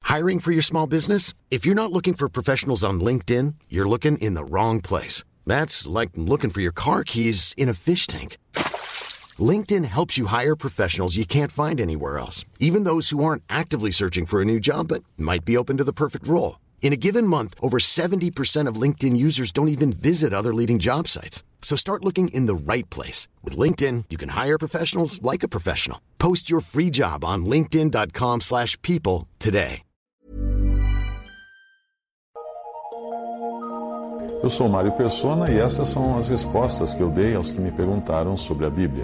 Hiring for your small business? If you're not looking for professionals on LinkedIn, you're looking in the wrong place. That's like looking for your car keys in a fish tank. LinkedIn helps you hire professionals you can't find anywhere else, even those who aren't actively searching for a new job but might be open to the perfect role. In a given month, over 70% of LinkedIn users don't even visit other leading job sites. So start looking in the right place. With LinkedIn, you can hire professionals like a professional. Post your free job on linkedin.com/people today. Eu sou Mário Persona e essas são as respostas que eu dei aos que me perguntaram sobre a Bíblia.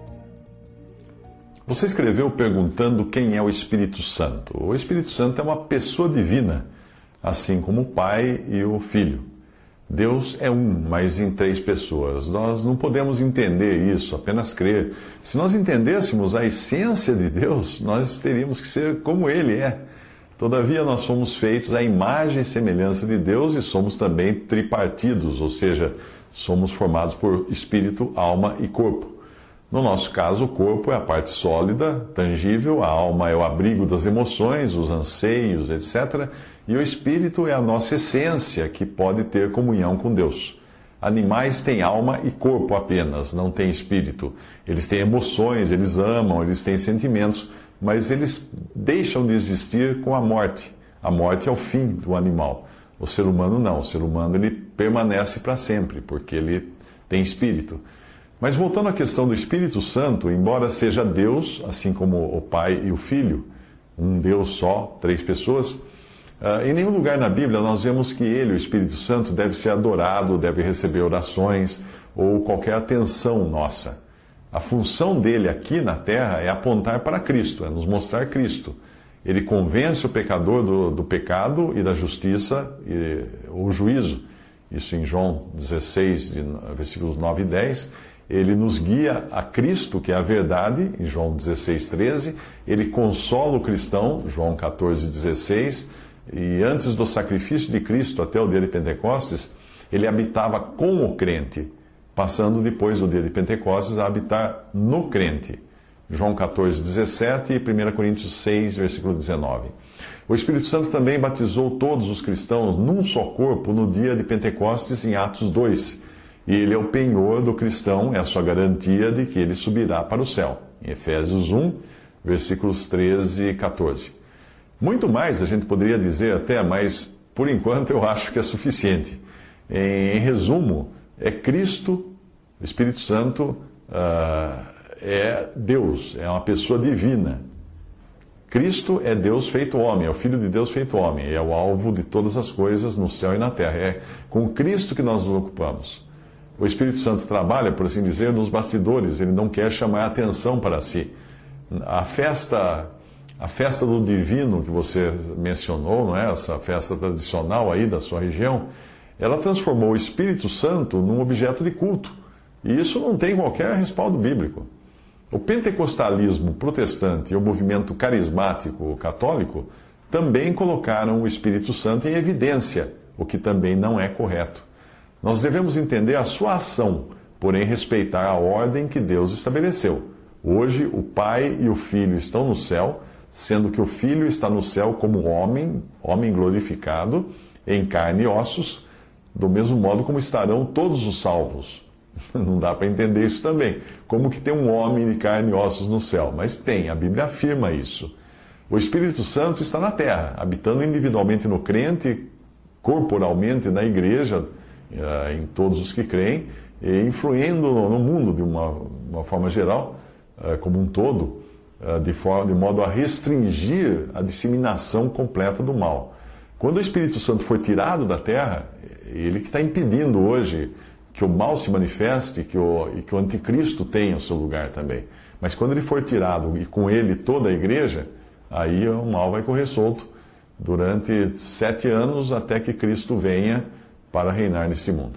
Você escreveu perguntando quem é o Espírito Santo. O Espírito Santo é uma pessoa divina, assim como o Pai e o Filho. Deus é um, mas em três pessoas. Nós não podemos entender isso, apenas crer. Se nós entendêssemos a essência de Deus, nós teríamos que ser como Ele é. Todavia, nós fomos feitos à imagem e semelhança de Deus e somos também tripartidos, ou seja, somos formados por espírito, alma e corpo. No nosso caso, o corpo é a parte sólida, tangível, a alma é o abrigo das emoções, os anseios, etc. E o espírito é a nossa essência, que pode ter comunhão com Deus. Animais têm alma e corpo apenas, não têm espírito. Eles têm emoções, eles amam, eles têm sentimentos, mas eles deixam de existir com a morte. A morte é o fim do animal. O ser humano não. O ser humano ele permanece para sempre, porque ele tem espírito. Mas voltando à questão do Espírito Santo, embora seja Deus, assim como o Pai e o Filho, um Deus só, três pessoas, em nenhum lugar na Bíblia nós vemos que ele, o Espírito Santo, deve ser adorado, deve receber orações ou qualquer atenção nossa. A função dele aqui na terra é apontar para Cristo, é nos mostrar Cristo. Ele convence o pecador do pecado e da justiça e o juízo. Isso em João 16, versículos 9 e 10. Ele nos guia a Cristo, que é a verdade, em João 16, 13. Ele consola o cristão, João 14, 16. E antes do sacrifício de Cristo, até o dia de Pentecostes, ele habitava com o crente, passando depois do dia de Pentecostes a habitar no crente. João 14, 17 e 1 Coríntios 6, versículo 19. O Espírito Santo também batizou todos os cristãos num só corpo no dia de Pentecostes, em Atos 2. E ele é o penhor do cristão, é a sua garantia de que ele subirá para o céu. Em Efésios 1, versículos 13 e 14. Muito mais a gente poderia dizer até, mas por enquanto eu acho que é suficiente. Em resumo, é Cristo, o Espírito Santo, é Deus, é uma pessoa divina. Cristo é Deus feito homem, é o Filho de Deus feito homem, é o alvo de todas as coisas no céu e na terra. É com Cristo que nós nos ocupamos. O Espírito Santo trabalha, por assim dizer, nos bastidores, ele não quer chamar a atenção para si. A festa do divino que você mencionou, não é? Essa festa tradicional aí da sua região, ela transformou o Espírito Santo num objeto de culto. E isso não tem qualquer respaldo bíblico. O pentecostalismo protestante e o movimento carismático católico também colocaram o Espírito Santo em evidência, o que também não é correto. Nós devemos entender a sua ação, porém respeitar a ordem que Deus estabeleceu. Hoje, o Pai e o Filho estão no céu, sendo que o Filho está no céu como homem glorificado, em carne e ossos, do mesmo modo como estarão todos os salvos. Não dá para entender isso também. Como que tem um homem de carne e ossos no céu? Mas tem, a Bíblia afirma isso. O Espírito Santo está na terra, habitando individualmente no crente, corporalmente na igreja, em todos os que creem, e influindo no mundo de uma forma geral, como um todo, de modo a restringir a disseminação completa do mal. Quando o Espírito Santo for tirado da terra, ele que está impedindo hoje que o mal se manifeste e que o anticristo tenha o seu lugar também. Mas quando ele for tirado e com ele toda a igreja, aí o mal vai correr solto durante 7 anos até que Cristo venha para reinar neste mundo.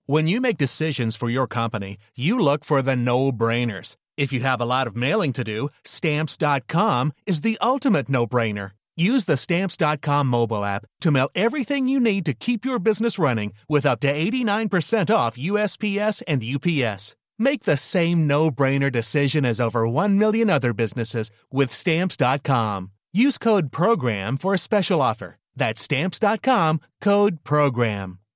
When you make decisions for your company, you look for the no-brainers. If you have a lot of mailing to do, Stamps.com is the ultimate no-brainer. Use the Stamps.com mobile app to mail everything you need to keep your business running with up to 89% off USPS and UPS. Make the same no-brainer decision as over 1 million other businesses with Stamps.com. Use code PROGRAM for a special offer. That's Stamps.com, code PROGRAM.